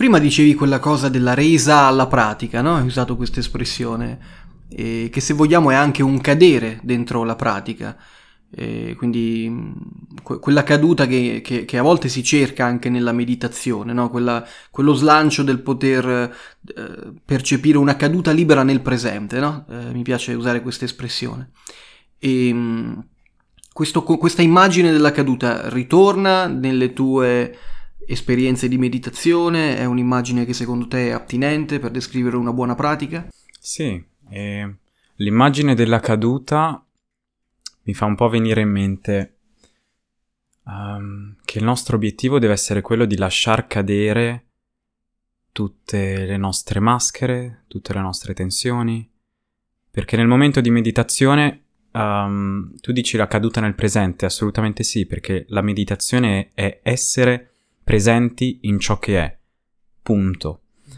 Prima dicevi quella cosa della resa alla pratica, no? Hai usato questa espressione, che se vogliamo è anche un cadere dentro la pratica. Quindi quella caduta che a volte si cerca anche nella meditazione, no? Quello slancio del poter percepire una caduta libera nel presente, no? Mi piace usare questa espressione. E questa immagine della caduta ritorna nelle tue esperienze di meditazione? È un'immagine che secondo te è attinente per descrivere una buona pratica? Sì, l'immagine della caduta mi fa un po' venire in mente che il nostro obiettivo deve essere quello di lasciar cadere tutte le nostre maschere, tutte le nostre tensioni, perché nel momento di meditazione tu dici la caduta nel presente, assolutamente sì, perché la meditazione è essere presenti in ciò che è, punto.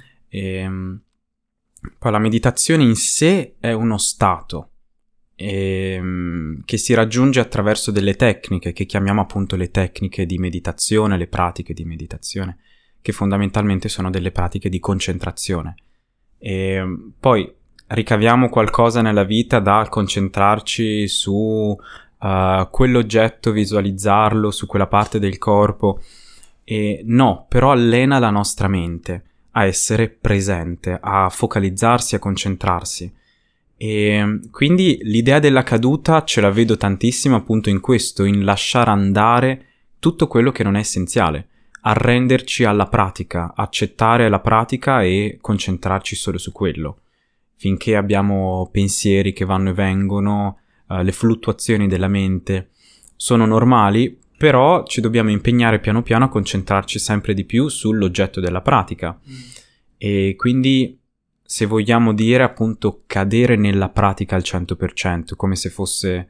Poi la meditazione in sé è uno stato che si raggiunge attraverso delle tecniche che chiamiamo appunto le tecniche di meditazione, le pratiche di meditazione, che fondamentalmente sono delle pratiche di concentrazione. Poi ricaviamo qualcosa nella vita dal concentrarci su quell'oggetto, visualizzarlo, su quella parte del corpo. No, però allena la nostra mente a essere presente, a focalizzarsi, a concentrarsi. E quindi l'idea della caduta ce la vedo tantissimo appunto in questo, in lasciare andare tutto quello che non è essenziale, arrenderci alla pratica, accettare la pratica e concentrarci solo su quello. Finché abbiamo pensieri che vanno e vengono, le fluttuazioni della mente sono normali, però ci dobbiamo impegnare piano piano a concentrarci sempre di più sull'oggetto della pratica. E quindi, se vogliamo dire appunto cadere nella pratica al 100%, come se fosse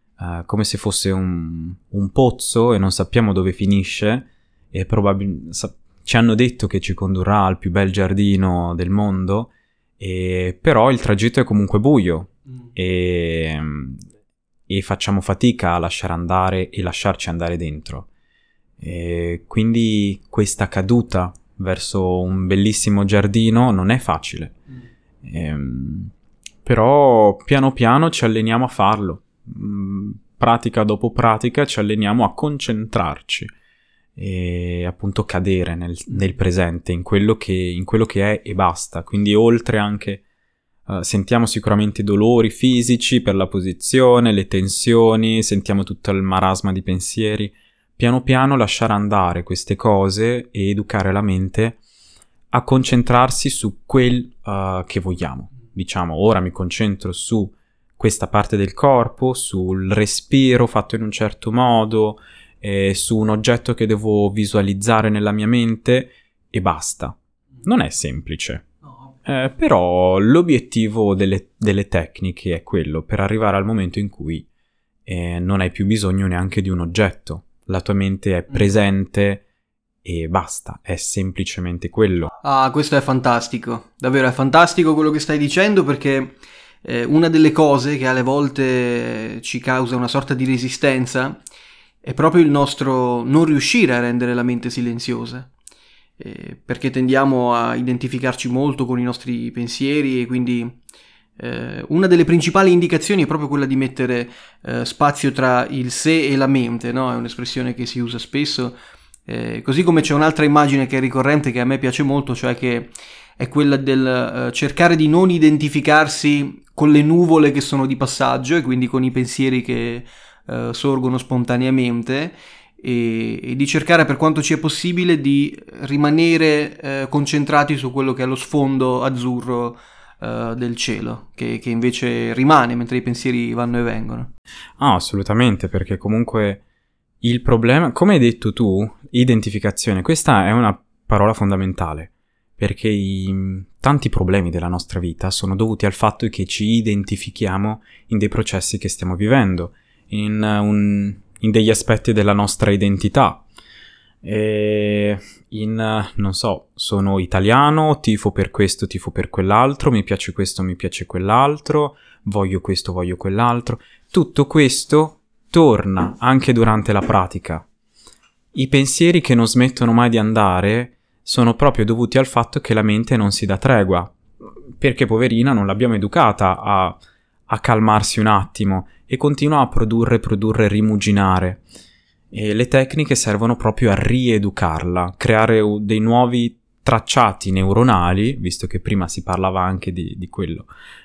un pozzo e non sappiamo dove finisce, e ci hanno detto che ci condurrà al più bel giardino del mondo, però il tragitto è comunque buio e facciamo fatica a lasciare andare e lasciarci andare dentro. Quindi questa caduta verso un bellissimo giardino non è facile, però piano piano ci alleniamo a farlo, pratica dopo pratica ci alleniamo a concentrarci e appunto cadere nel presente, in quello che è e basta. Quindi oltre anche sentiamo sicuramente i dolori fisici per la posizione, le tensioni, sentiamo tutto il marasma di pensieri. Piano piano lasciare andare queste cose e educare la mente a concentrarsi su quel che vogliamo. Diciamo, ora mi concentro su questa parte del corpo, sul respiro fatto in un certo modo, su un oggetto che devo visualizzare nella mia mente e basta. Non è semplice. Però l'obiettivo delle tecniche è quello, per arrivare al momento in cui non hai più bisogno neanche di un oggetto. La tua mente è presente e basta, è semplicemente quello. Ah, questo è fantastico, davvero è fantastico quello che stai dicendo, perché una delle cose che alle volte ci causa una sorta di resistenza è proprio il nostro non riuscire a rendere la mente silenziosa. Perché tendiamo a identificarci molto con i nostri pensieri e quindi una delle principali indicazioni è proprio quella di mettere spazio tra il sé e la mente, no? È un'espressione che si usa spesso, così come c'è un'altra immagine che è ricorrente, che a me piace molto, cioè che è quella del cercare di non identificarsi con le nuvole che sono di passaggio e quindi con i pensieri che sorgono spontaneamente, e di cercare, per quanto ci è possibile, di rimanere concentrati su quello che è lo sfondo azzurro del cielo, che invece rimane mentre i pensieri vanno e vengono. Ah, assolutamente, perché comunque il problema, come hai detto tu, identificazione, questa è una parola fondamentale, perché tanti problemi della nostra vita sono dovuti al fatto che ci identifichiamo in dei processi che stiamo vivendo, in degli aspetti della nostra identità. Non so, sono italiano, tifo per questo, tifo per quell'altro, mi piace questo, mi piace quell'altro, voglio questo, voglio quell'altro. Tutto questo torna anche durante la pratica. I pensieri che non smettono mai di andare sono proprio dovuti al fatto che la mente non si dà tregua, perché poverina non l'abbiamo educata a calmarsi un attimo e continua a produrre, rimuginare. E le tecniche servono proprio a rieducarla, creare dei nuovi tracciati neuronali, visto che prima si parlava anche di quello,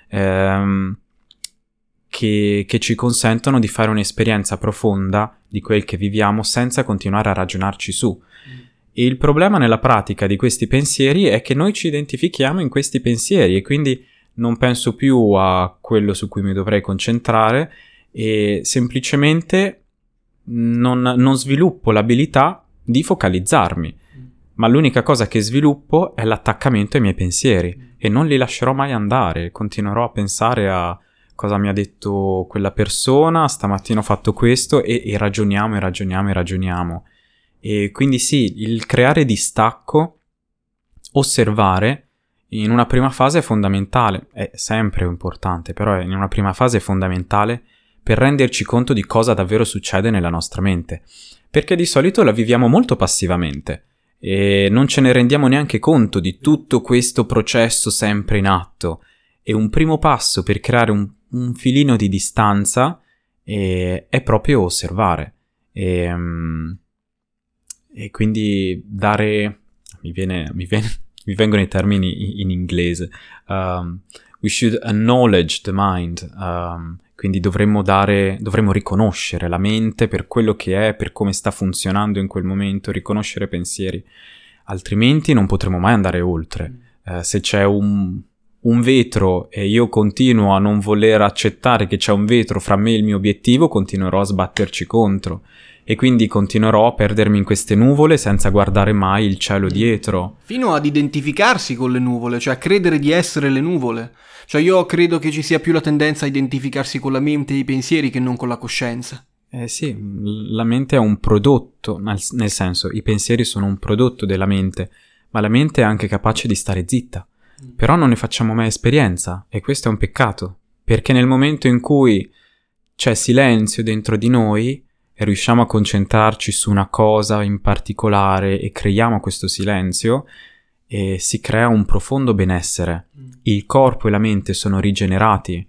che ci consentono di fare un'esperienza profonda di quel che viviamo senza continuare a ragionarci su. E il problema nella pratica di questi pensieri è che noi ci identifichiamo in questi pensieri e quindi non penso più a quello su cui mi dovrei concentrare e semplicemente non sviluppo l'abilità di focalizzarmi. Ma l'unica cosa che sviluppo è l'attaccamento ai miei pensieri e non li lascerò mai andare, continuerò a pensare a cosa mi ha detto quella persona, stamattina ho fatto questo e ragioniamo. E quindi sì, il creare distacco, osservare, in una prima fase è fondamentale, è sempre importante, però in una prima fase è fondamentale per renderci conto di cosa davvero succede nella nostra mente, perché di solito la viviamo molto passivamente e non ce ne rendiamo neanche conto di tutto questo processo sempre in atto. E un primo passo per creare un filino di distanza è proprio osservare e quindi dare, mi vengono i termini in inglese, we should acknowledge the mind, quindi dovremmo riconoscere la mente per quello che è, per come sta funzionando in quel momento, riconoscere pensieri, altrimenti non potremo mai andare oltre. Se c'è un vetro e io continuo a non voler accettare che c'è un vetro fra me e il mio obiettivo, continuerò a sbatterci contro e quindi continuerò a perdermi in queste nuvole senza guardare mai il cielo dietro. Fino ad identificarsi con le nuvole, cioè a credere di essere le nuvole. Cioè io credo che ci sia più la tendenza a identificarsi con la mente e i pensieri che non con la coscienza. Sì, la mente è un prodotto, nel senso, i pensieri sono un prodotto della mente, ma la mente è anche capace di stare zitta. Però non ne facciamo mai esperienza e questo è un peccato, perché nel momento in cui c'è silenzio dentro di noi e riusciamo a concentrarci su una cosa in particolare e creiamo questo silenzio, si crea un profondo benessere. Il corpo e la mente sono rigenerati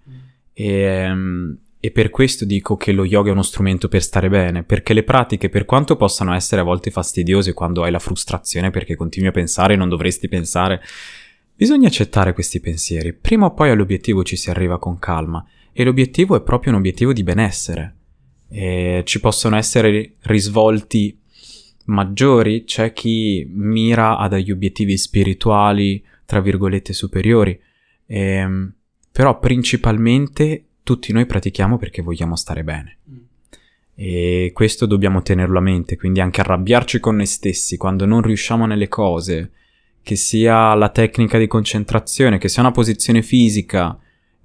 e per questo dico che lo yoga è uno strumento per stare bene, perché le pratiche, per quanto possano essere a volte fastidiose quando hai la frustrazione perché continui a pensare e non dovresti pensare, bisogna accettare questi pensieri. Prima o poi all'obiettivo ci si arriva con calma e l'obiettivo è proprio un obiettivo di benessere. E ci possono essere risvolti maggiori, c'è chi mira a degli obiettivi spirituali, tra virgolette, superiori, però principalmente tutti noi pratichiamo perché vogliamo stare bene. E questo dobbiamo tenerlo a mente, quindi anche arrabbiarci con noi stessi quando non riusciamo nelle cose, che sia la tecnica di concentrazione, che sia una posizione fisica,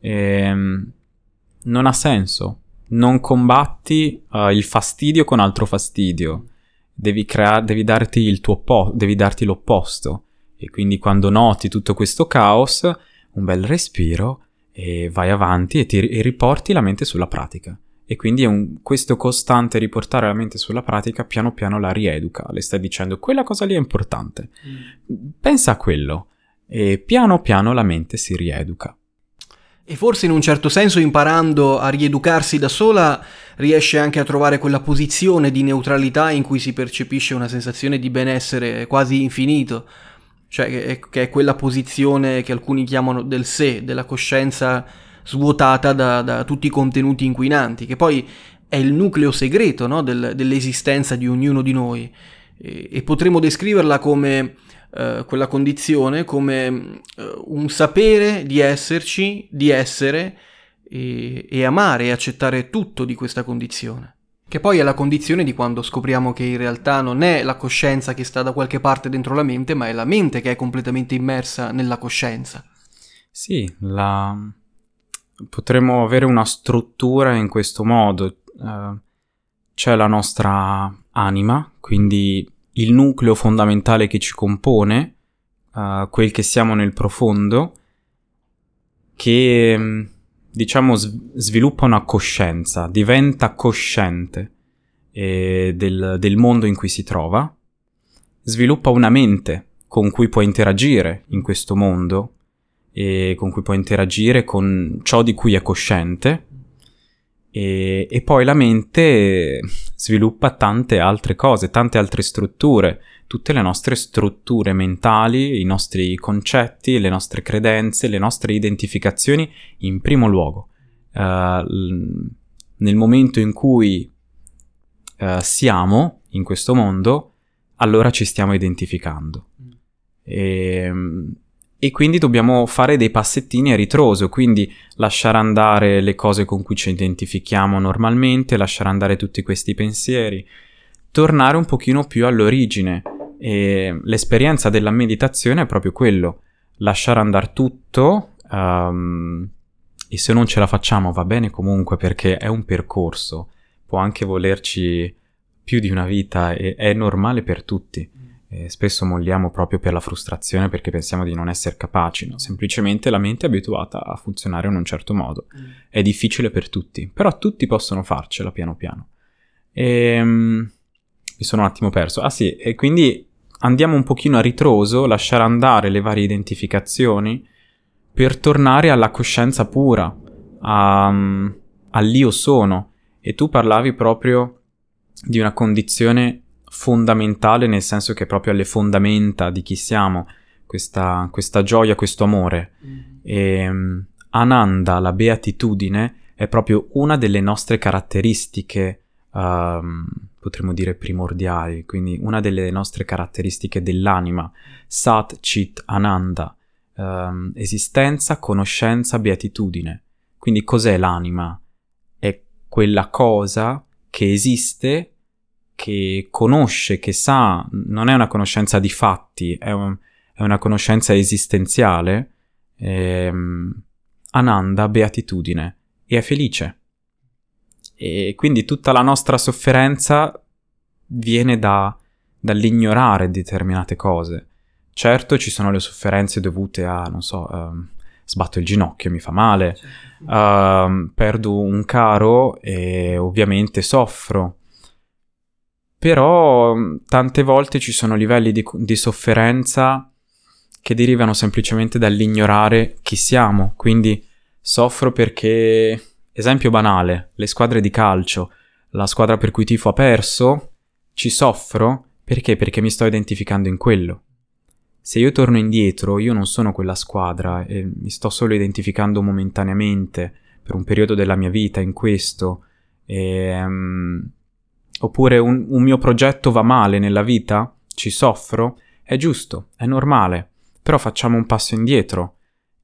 non ha senso. Non combatti il fastidio con altro fastidio. Devi darti devi darti l'opposto. E quindi quando noti tutto questo caos, un bel respiro e vai avanti e riporti la mente sulla pratica. E quindi questo costante riportare la mente sulla pratica piano piano la rieduca. Le stai dicendo, quella cosa lì è importante. Pensa a quello. E piano piano la mente si rieduca. E forse in un certo senso imparando a rieducarsi da sola riesce anche a trovare quella posizione di neutralità in cui si percepisce una sensazione di benessere quasi infinito, cioè che è quella posizione che alcuni chiamano del sé, della coscienza svuotata da tutti i contenuti inquinanti, che poi è il nucleo segreto, no, dell'esistenza di ognuno di noi e potremmo descriverla come quella condizione come un sapere di esserci, di essere e amare e accettare tutto di questa condizione. Che poi è la condizione di quando scopriamo che in realtà non è la coscienza che sta da qualche parte dentro la mente, ma è la mente che è completamente immersa nella coscienza. Sì, potremmo avere una struttura in questo modo. C'è la nostra anima, quindi il nucleo fondamentale che ci compone, quel che siamo nel profondo, che diciamo sviluppa una coscienza, diventa cosciente del mondo in cui si trova, sviluppa una mente con cui puoi interagire in questo mondo e con cui puoi interagire con ciò di cui è cosciente, e poi la mente sviluppa tante altre cose, tante altre strutture, tutte le nostre strutture mentali, i nostri concetti, le nostre credenze, le nostre identificazioni in primo luogo. Nel momento in cui siamo in questo mondo, allora ci stiamo identificando. E quindi dobbiamo fare dei passettini a ritroso, quindi lasciare andare le cose con cui ci identifichiamo normalmente, lasciare andare tutti questi pensieri, tornare un pochino più all'origine. E l'esperienza della meditazione è proprio quello, lasciare andare tutto, e se non ce la facciamo va bene comunque, perché è un percorso, può anche volerci più di una vita e è normale per tutti. Spesso molliamo proprio per la frustrazione, perché pensiamo di non essere capaci, no? Semplicemente la mente è abituata a funzionare in un certo modo. È difficile per tutti, però tutti possono farcela piano piano. Mi sono un attimo perso. Ah sì, e quindi andiamo un pochino a ritroso, lasciare andare le varie identificazioni per tornare alla coscienza pura, all'io sono. E tu parlavi proprio di una condizione fondamentale, nel senso che è proprio alle fondamenta di chi siamo, questa gioia, questo amore. E Ananda, la beatitudine, è proprio una delle nostre caratteristiche, potremmo dire primordiali, quindi una delle nostre caratteristiche dell'anima. Sat, Chit, Ananda, esistenza, conoscenza, beatitudine. Quindi cos'è l'anima? È quella cosa che esiste, che conosce, che sa, non è una conoscenza di fatti, è una conoscenza esistenziale, Ananda, beatitudine, e è felice. E quindi tutta la nostra sofferenza viene dall'ignorare determinate cose. Certo, ci sono le sofferenze dovute a, non so, sbatto il ginocchio, mi fa male, perdo un caro e ovviamente soffro. Però tante volte ci sono livelli di sofferenza che derivano semplicemente dall'ignorare chi siamo. Quindi soffro perché, esempio banale, le squadre di calcio, la squadra per cui tifo ha perso, ci soffro perché? Perché mi sto identificando in quello. Se io torno indietro, io non sono quella squadra e mi sto solo identificando momentaneamente per un periodo della mia vita in questo. Oppure un mio progetto va male nella vita, ci soffro, è giusto, è normale, però facciamo un passo indietro.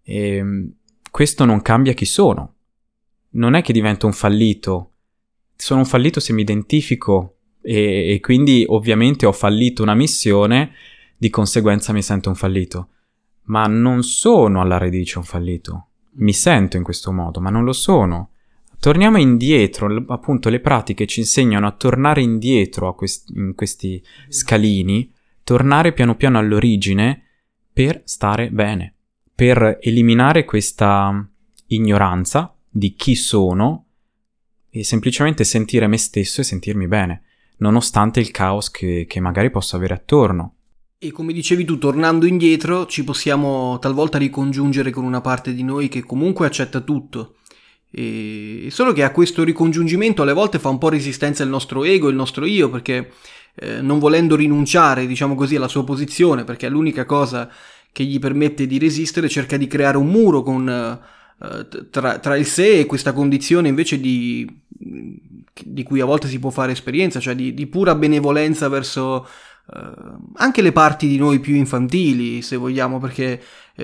Questo non cambia chi sono. Non è che divento un fallito. Sono un fallito se mi identifico e quindi ovviamente ho fallito una missione, di conseguenza mi sento un fallito. Ma non sono alla radice un fallito. Mi sento in questo modo, ma non lo sono. Torniamo indietro, appunto le pratiche ci insegnano a tornare indietro in questi scalini, tornare piano piano all'origine per stare bene, per eliminare questa ignoranza di chi sono e semplicemente sentire me stesso e sentirmi bene, nonostante il caos che magari posso avere attorno. E come dicevi tu, tornando indietro ci possiamo talvolta ricongiungere con una parte di noi che comunque accetta tutto. E solo che a questo ricongiungimento alle volte fa un po' resistenza il nostro ego, il nostro io, perché non volendo rinunciare, diciamo così, alla sua posizione, perché è l'unica cosa che gli permette di resistere, cerca di creare un muro tra il sé e questa condizione invece di cui a volte si può fare esperienza, cioè di pura benevolenza verso anche le parti di noi più infantili, se vogliamo, perché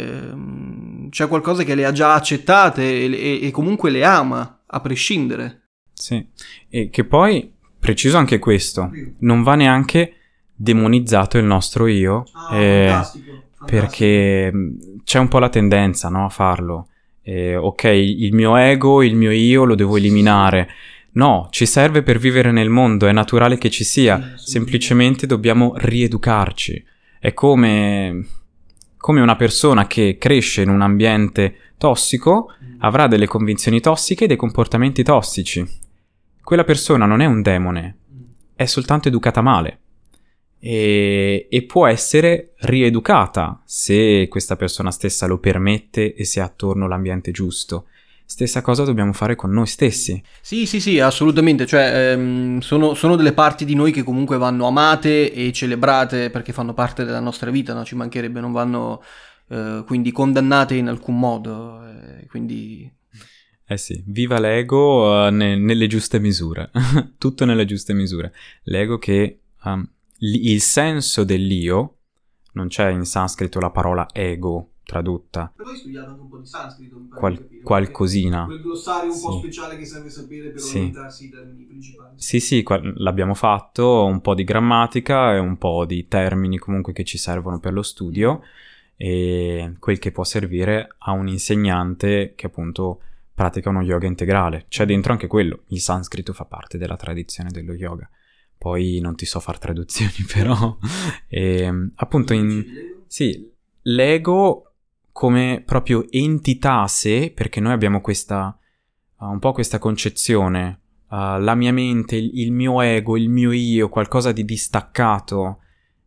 c'è qualcosa che le ha già accettate e comunque le ama, a prescindere. Sì, e che poi, preciso anche questo, non va neanche demonizzato il nostro io, Fantastico. Perché c'è un po' la tendenza, no, a farlo. Ok, il mio ego, il mio io lo devo eliminare. No, ci serve per vivere nel mondo, è naturale che ci sia, semplicemente dobbiamo rieducarci. È come una persona che cresce in un ambiente tossico, avrà delle convinzioni tossiche e dei comportamenti tossici. Quella persona non è un demone, è soltanto educata male. e può essere rieducata se questa persona stessa lo permette e se ha attorno l'ambiente giusto. Stessa cosa dobbiamo fare con noi stessi. Sì, assolutamente, cioè sono delle parti di noi che comunque vanno amate e celebrate perché fanno parte della nostra vita, no? Ci mancherebbe, non vanno quindi condannate in alcun modo, quindi... Eh sì, viva l'ego nelle giuste misure, tutto nelle giuste misure. L'ego che il senso dell'io, non c'è in sanscrito la parola ego tradotta. Però hai studiato anche un po' di sanscrito, mi pare di capire, qualcosina. quel glossario un po' Sì. speciale che serve sapere per Sì. orientarsi i termini principali. Sì, l'abbiamo fatto, un po' di grammatica e un po' di termini comunque che ci servono per lo studio e quel che può servire a un insegnante che appunto pratica uno yoga integrale. C'è dentro anche quello, il sanscrito fa parte della tradizione dello yoga. Poi non ti so far traduzioni però. Appunto sì, l'ego come proprio entità a sé, perché noi abbiamo questa un po' questa concezione, la mia mente, il mio ego, il mio io, qualcosa di distaccato.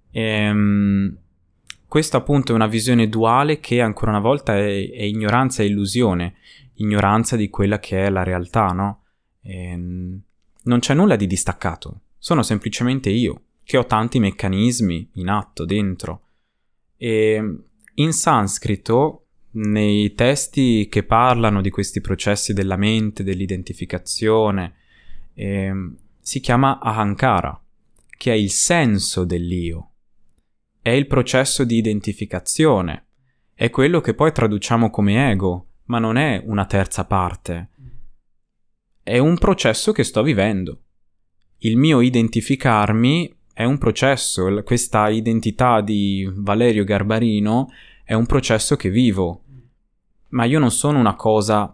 Questo appunto è una visione duale che ancora una volta è ignoranza e illusione, ignoranza di quella che è la realtà, no? Non c'è nulla di distaccato, sono semplicemente io, che ho tanti meccanismi in atto dentro. E in sanscrito, nei testi che parlano di questi processi della mente, dell'identificazione, si chiama ahankara, che è il senso dell'io. È il processo di identificazione, è quello che poi traduciamo come ego, ma non è una terza parte. È un processo che sto vivendo. Il mio identificarmi è un processo, questa identità di Valerio Garbarino è un processo che vivo, ma io non sono una cosa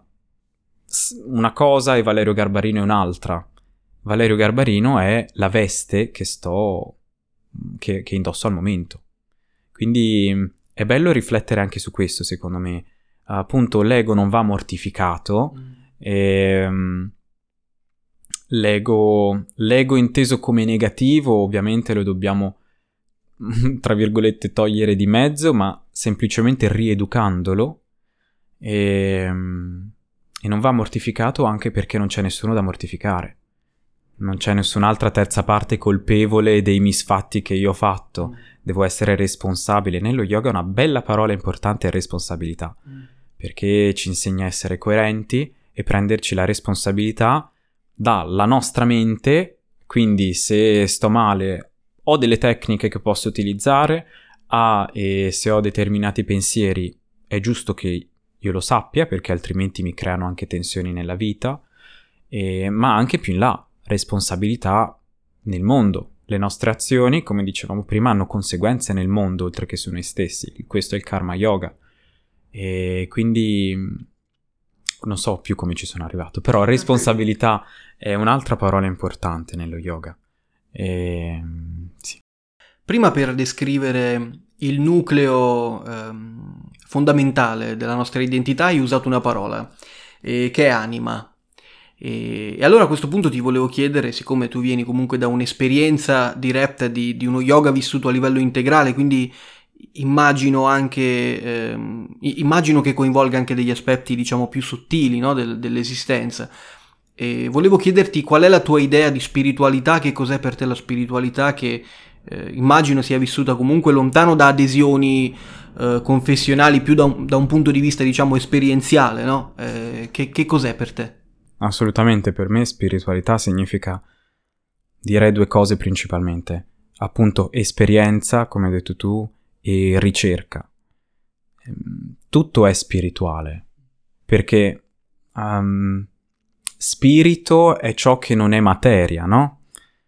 e Valerio Garbarino è un'altra. Valerio Garbarino è la veste che indosso al momento. Quindi è bello riflettere anche su questo, secondo me. Appunto, l'ego non va mortificato. L'ego inteso come negativo, ovviamente lo dobbiamo, tra virgolette, togliere di mezzo, ma semplicemente rieducandolo. E non va mortificato anche perché non c'è nessuno da mortificare. Non c'è nessun'altra terza parte colpevole dei misfatti che io ho fatto. Devo essere responsabile. Nello yoga una bella parola importante è responsabilità, perché ci insegna a essere coerenti e prenderci la responsabilità dalla nostra mente. Quindi se sto male ho delle tecniche che posso utilizzare, e se ho determinati pensieri è giusto che io lo sappia, perché altrimenti mi creano anche tensioni nella vita, ma anche più in là, responsabilità nel mondo. Le nostre azioni, come dicevamo prima, hanno conseguenze nel mondo oltre che su noi stessi. Questo è il karma yoga. E quindi non so più come ci sono arrivato, però responsabilità è un'altra parola importante nello yoga. Sì. Prima, per descrivere il nucleo fondamentale della nostra identità, hai usato una parola che è anima. E allora a questo punto ti volevo chiedere, siccome tu vieni comunque da un'esperienza diretta di uno yoga vissuto a livello integrale, quindi immagino che coinvolga anche degli aspetti, diciamo, più sottili, no, dell'esistenza. E volevo chiederti qual è la tua idea di spiritualità, che cos'è per te la spiritualità, che immagino sia vissuta comunque lontano da adesioni confessionali, più da un punto di vista, diciamo, esperienziale, no? Che cos'è per te? Assolutamente, per me spiritualità significa, direi, due cose principalmente. Appunto esperienza, come hai detto tu, e ricerca. Tutto è spirituale, perché spirito è ciò che non è materia, no?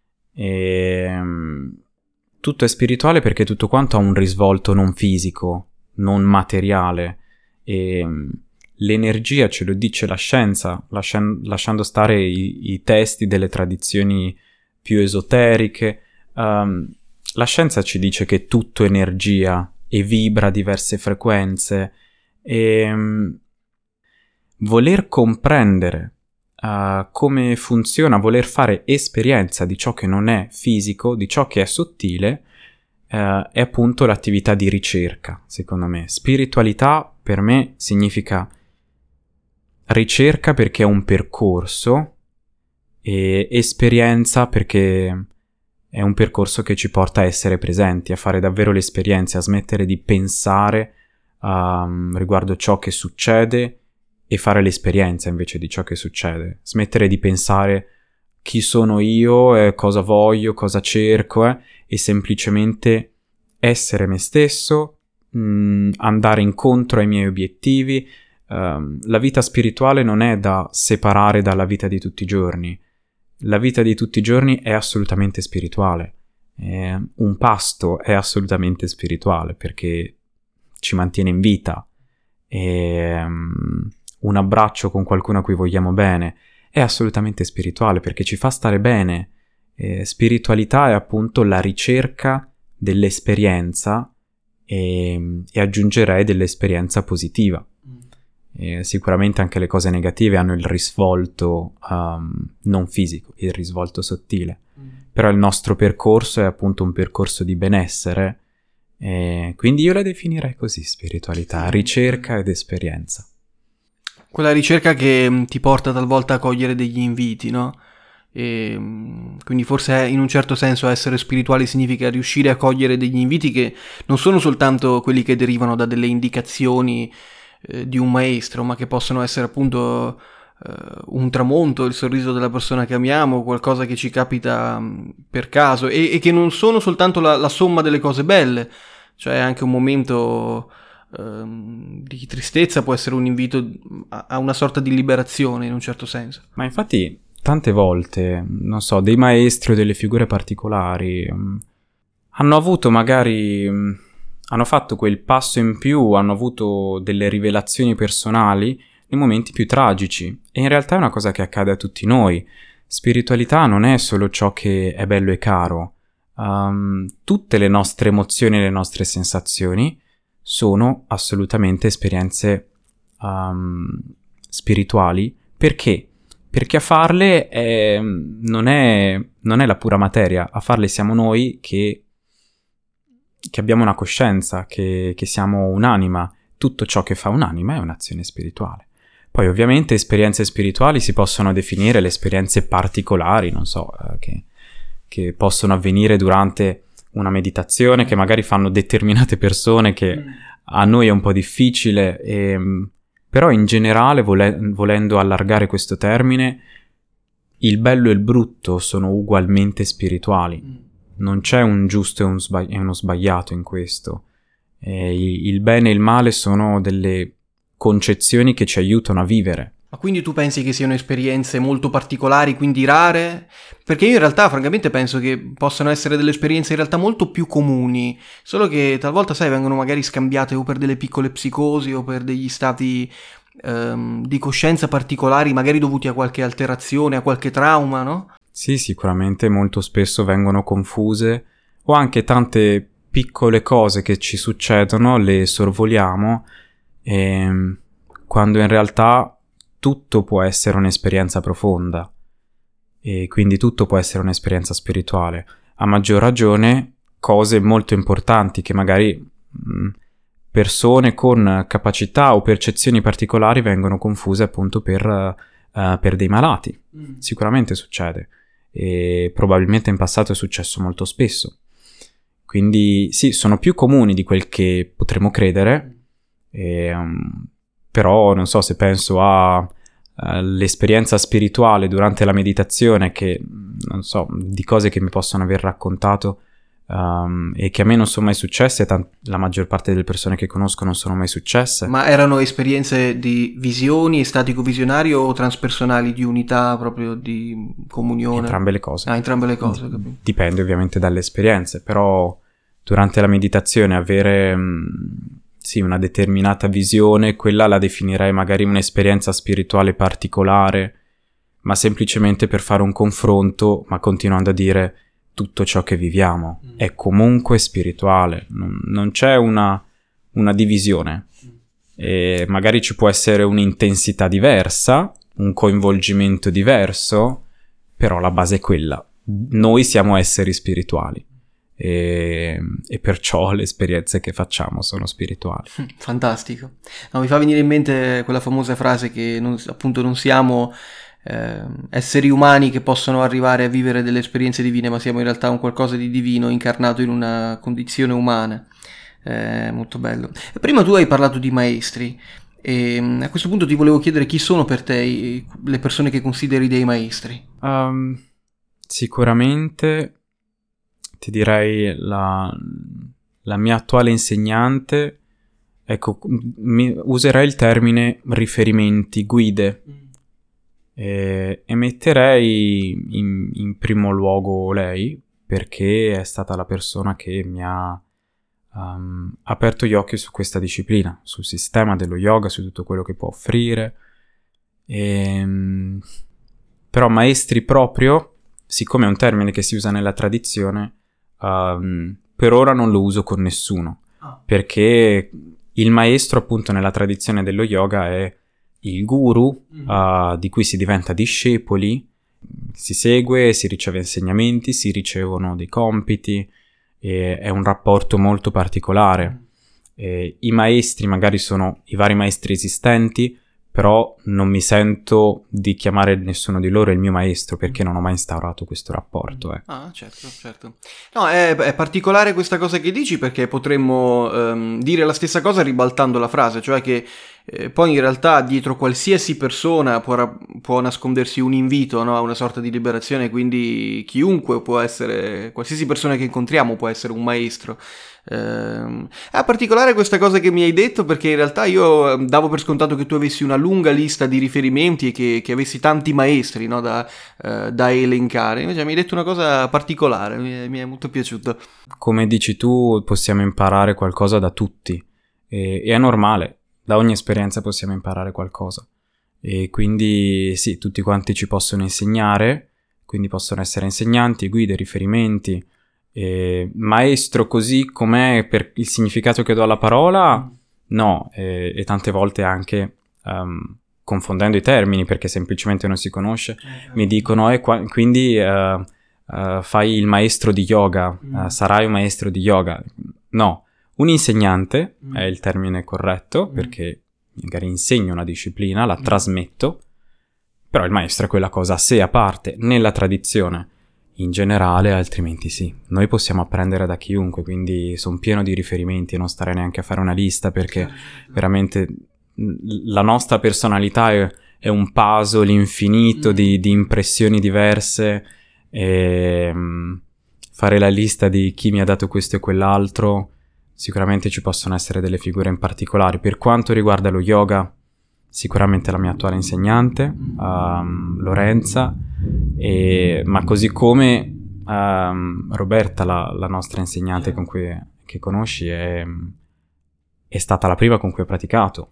Tutto è spirituale perché tutto quanto ha un risvolto non fisico, non materiale, e l'energia ce lo dice la scienza, lasciando stare i testi delle tradizioni più esoteriche. La scienza ci dice che tutto è energia e vibra a diverse frequenze, e voler comprendere come funziona, voler fare esperienza di ciò che non è fisico, di ciò che è sottile, è appunto l'attività di ricerca, secondo me. Spiritualità per me significa ricerca perché è un percorso, e esperienza perché è un percorso che ci porta a essere presenti, a fare davvero le esperienze, a smettere di pensare riguardo ciò che succede e fare l'esperienza invece di ciò che succede. Smettere di pensare chi sono io, cosa voglio, cosa cerco, e semplicemente essere me stesso, andare incontro ai miei obiettivi. La vita spirituale non è da separare dalla vita di tutti i giorni. La vita di tutti i giorni è assolutamente spirituale. Un pasto è assolutamente spirituale perché ci mantiene in vita. Un abbraccio con qualcuno a cui vogliamo bene è assolutamente spirituale perché ci fa stare bene. Spiritualità è appunto la ricerca dell'esperienza e aggiungerei dell'esperienza positiva. Sicuramente anche le cose negative hanno il risvolto non fisico, il risvolto sottile, però il nostro percorso è appunto un percorso di benessere, quindi io la definirei così: spiritualità, ricerca ed esperienza. Quella ricerca che ti porta talvolta a cogliere degli inviti, no? E quindi forse in un certo senso essere spirituali significa riuscire a cogliere degli inviti che non sono soltanto quelli che derivano da delle indicazioni di un maestro, ma che possono essere appunto un tramonto, il sorriso della persona che amiamo, qualcosa che ci capita per caso e che non sono soltanto la somma delle cose belle, cioè anche un momento di tristezza può essere un invito a una sorta di liberazione in un certo senso. Ma infatti tante volte, non so, dei maestri o delle figure particolari hanno avuto magari... hanno fatto quel passo in più, hanno avuto delle rivelazioni personali nei momenti più tragici. E in realtà è una cosa che accade a tutti noi. Spiritualità non è solo ciò che è bello e caro. Tutte le nostre emozioni e le nostre sensazioni sono assolutamente esperienze spirituali. Perché? Perché a farle non è la pura materia. A farle siamo noi che abbiamo una coscienza, che siamo un'anima. Tutto ciò che fa un'anima è un'azione spirituale. Poi ovviamente esperienze spirituali si possono definire le esperienze particolari, non so, che possono avvenire durante una meditazione, che magari fanno determinate persone, che a noi è un po' difficile, però in generale, volendo allargare questo termine, il bello e il brutto sono ugualmente spirituali. Non c'è un giusto e uno sbagliato in questo. Il bene e il male sono delle concezioni che ci aiutano a vivere. Ma quindi tu pensi che siano esperienze molto particolari, quindi rare? Perché io in realtà francamente penso che possano essere delle esperienze in realtà molto più comuni, solo che talvolta, sai, vengono magari scambiate o per delle piccole psicosi o per degli stati di coscienza particolari, magari dovuti a qualche alterazione, a qualche trauma, no? Sì, sicuramente molto spesso vengono confuse, o anche tante piccole cose che ci succedono le sorvoliamo, quando in realtà tutto può essere un'esperienza profonda e quindi tutto può essere un'esperienza spirituale. A maggior ragione cose molto importanti che magari persone con capacità o percezioni particolari vengono confuse appunto per dei malati. Sicuramente succede. E probabilmente in passato è successo molto spesso. Quindi sì, sono più comuni di quel che potremmo credere, però non so, se penso all'esperienza spirituale durante la meditazione, che non so, di cose che mi possono aver raccontato e che a me non sono mai successe, la maggior parte delle persone che conosco non sono mai successe. Ma erano esperienze di visioni, estatico visionario o transpersonali, di unità, proprio di comunione? Entrambe le cose. Entrambe le cose, capito. Dipende ovviamente dalle esperienze, però durante la meditazione avere sì, una determinata visione, quella la definirei magari un'esperienza spirituale particolare, ma semplicemente per fare un confronto, ma continuando a dire tutto ciò che viviamo è comunque spirituale, non c'è una divisione. E magari ci può essere un'intensità diversa, un coinvolgimento diverso, però la base è quella. Noi siamo esseri spirituali e perciò le esperienze che facciamo sono spirituali. Fantastico. No, mi fa venire in mente quella famosa frase che appunto non siamo esseri umani che possono arrivare a vivere delle esperienze divine, ma siamo in realtà un qualcosa di divino incarnato in una condizione umana. Molto bello. Prima tu hai parlato di maestri e a questo punto ti volevo chiedere chi sono per te le persone che consideri dei maestri. Sicuramente ti direi la mia attuale insegnante, ecco, userei il termine riferimenti, guide, e metterei in primo luogo lei, perché è stata la persona che mi ha aperto gli occhi su questa disciplina, sul sistema dello yoga, su tutto quello che può offrire. Però maestri proprio, siccome è un termine che si usa nella tradizione, per ora non lo uso con nessuno, perché il maestro appunto nella tradizione dello yoga è il guru, di cui si diventa discepoli, si segue, si riceve insegnamenti, si ricevono dei compiti, e è un rapporto molto particolare. I maestri magari sono i vari maestri esistenti, però non mi sento di chiamare nessuno di loro il mio maestro, perché non ho mai instaurato questo rapporto. Ah, certo. No, è particolare questa cosa che dici, perché potremmo dire la stessa cosa ribaltando la frase, cioè che poi in realtà dietro qualsiasi persona può nascondersi un invito, no, a una sorta di liberazione, quindi chiunque può essere, qualsiasi persona che incontriamo può essere un maestro. È particolare questa cosa che mi hai detto, perché in realtà io davo per scontato che tu avessi una lunga lista di riferimenti e che avessi tanti maestri, no, da elencare. Invece mi hai detto una cosa particolare, mi è molto piaciuto. Come dici tu, possiamo imparare qualcosa da tutti, e è normale, da ogni esperienza possiamo imparare qualcosa, e quindi sì, tutti quanti ci possono insegnare, quindi possono essere insegnanti, guide, riferimenti. Maestro così com'è per il significato che do alla parola, no, e tante volte anche confondendo i termini, perché semplicemente non si conosce, mi dicono quindi fai il maestro di yoga, sarai un maestro di yoga. No, un insegnante è il termine corretto, perché magari insegno una disciplina, la trasmetto, però il maestro è quella cosa a sé, a parte, nella tradizione in generale, altrimenti sì. Noi possiamo apprendere da chiunque, quindi sono pieno di riferimenti e non starei neanche a fare una lista, perché veramente la nostra personalità è un puzzle infinito di impressioni diverse, e fare la lista di chi mi ha dato questo e quell'altro, sicuramente ci possono essere delle figure in particolare. Per quanto riguarda lo yoga, sicuramente la mia attuale insegnante, Lorenza, ma così come Roberta, la nostra insegnante che conosci, è stata la prima con cui ho praticato.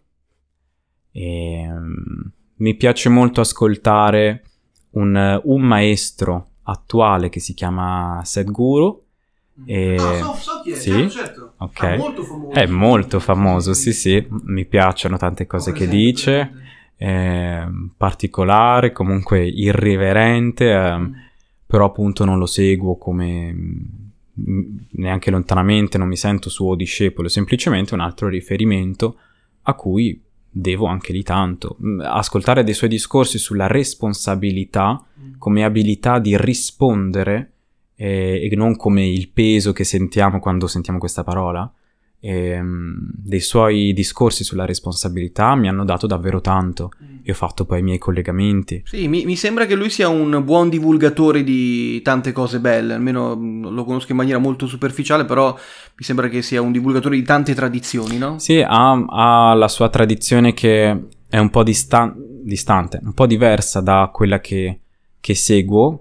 Mi piace molto ascoltare un maestro attuale che si chiama Sadhguru. So chi è, sì? certo. Okay. Molto famoso. È molto famoso, sì. Mi piacciono tante cose che dice, particolare, comunque irriverente, però appunto non lo seguo come neanche lontanamente, non mi sento suo discepolo, semplicemente un altro riferimento a cui devo anche lì tanto. Ascoltare dei suoi discorsi sulla responsabilità come abilità di rispondere, e non come il peso che sentiamo quando sentiamo questa parola, dei suoi discorsi sulla responsabilità mi hanno dato davvero tanto. Io ho fatto poi i miei collegamenti. Sì, mi sembra che lui sia un buon divulgatore di tante cose belle, almeno lo conosco in maniera molto superficiale, però mi sembra che sia un divulgatore di tante tradizioni, no? Sì, ha la sua tradizione che è un po' distante, un po' diversa da quella che seguo,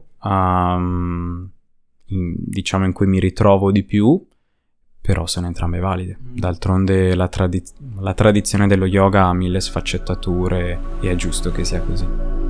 diciamo in cui mi ritrovo di più, però sono entrambe valide. D'altronde la tradizione dello yoga ha 1000 sfaccettature e è giusto che sia così.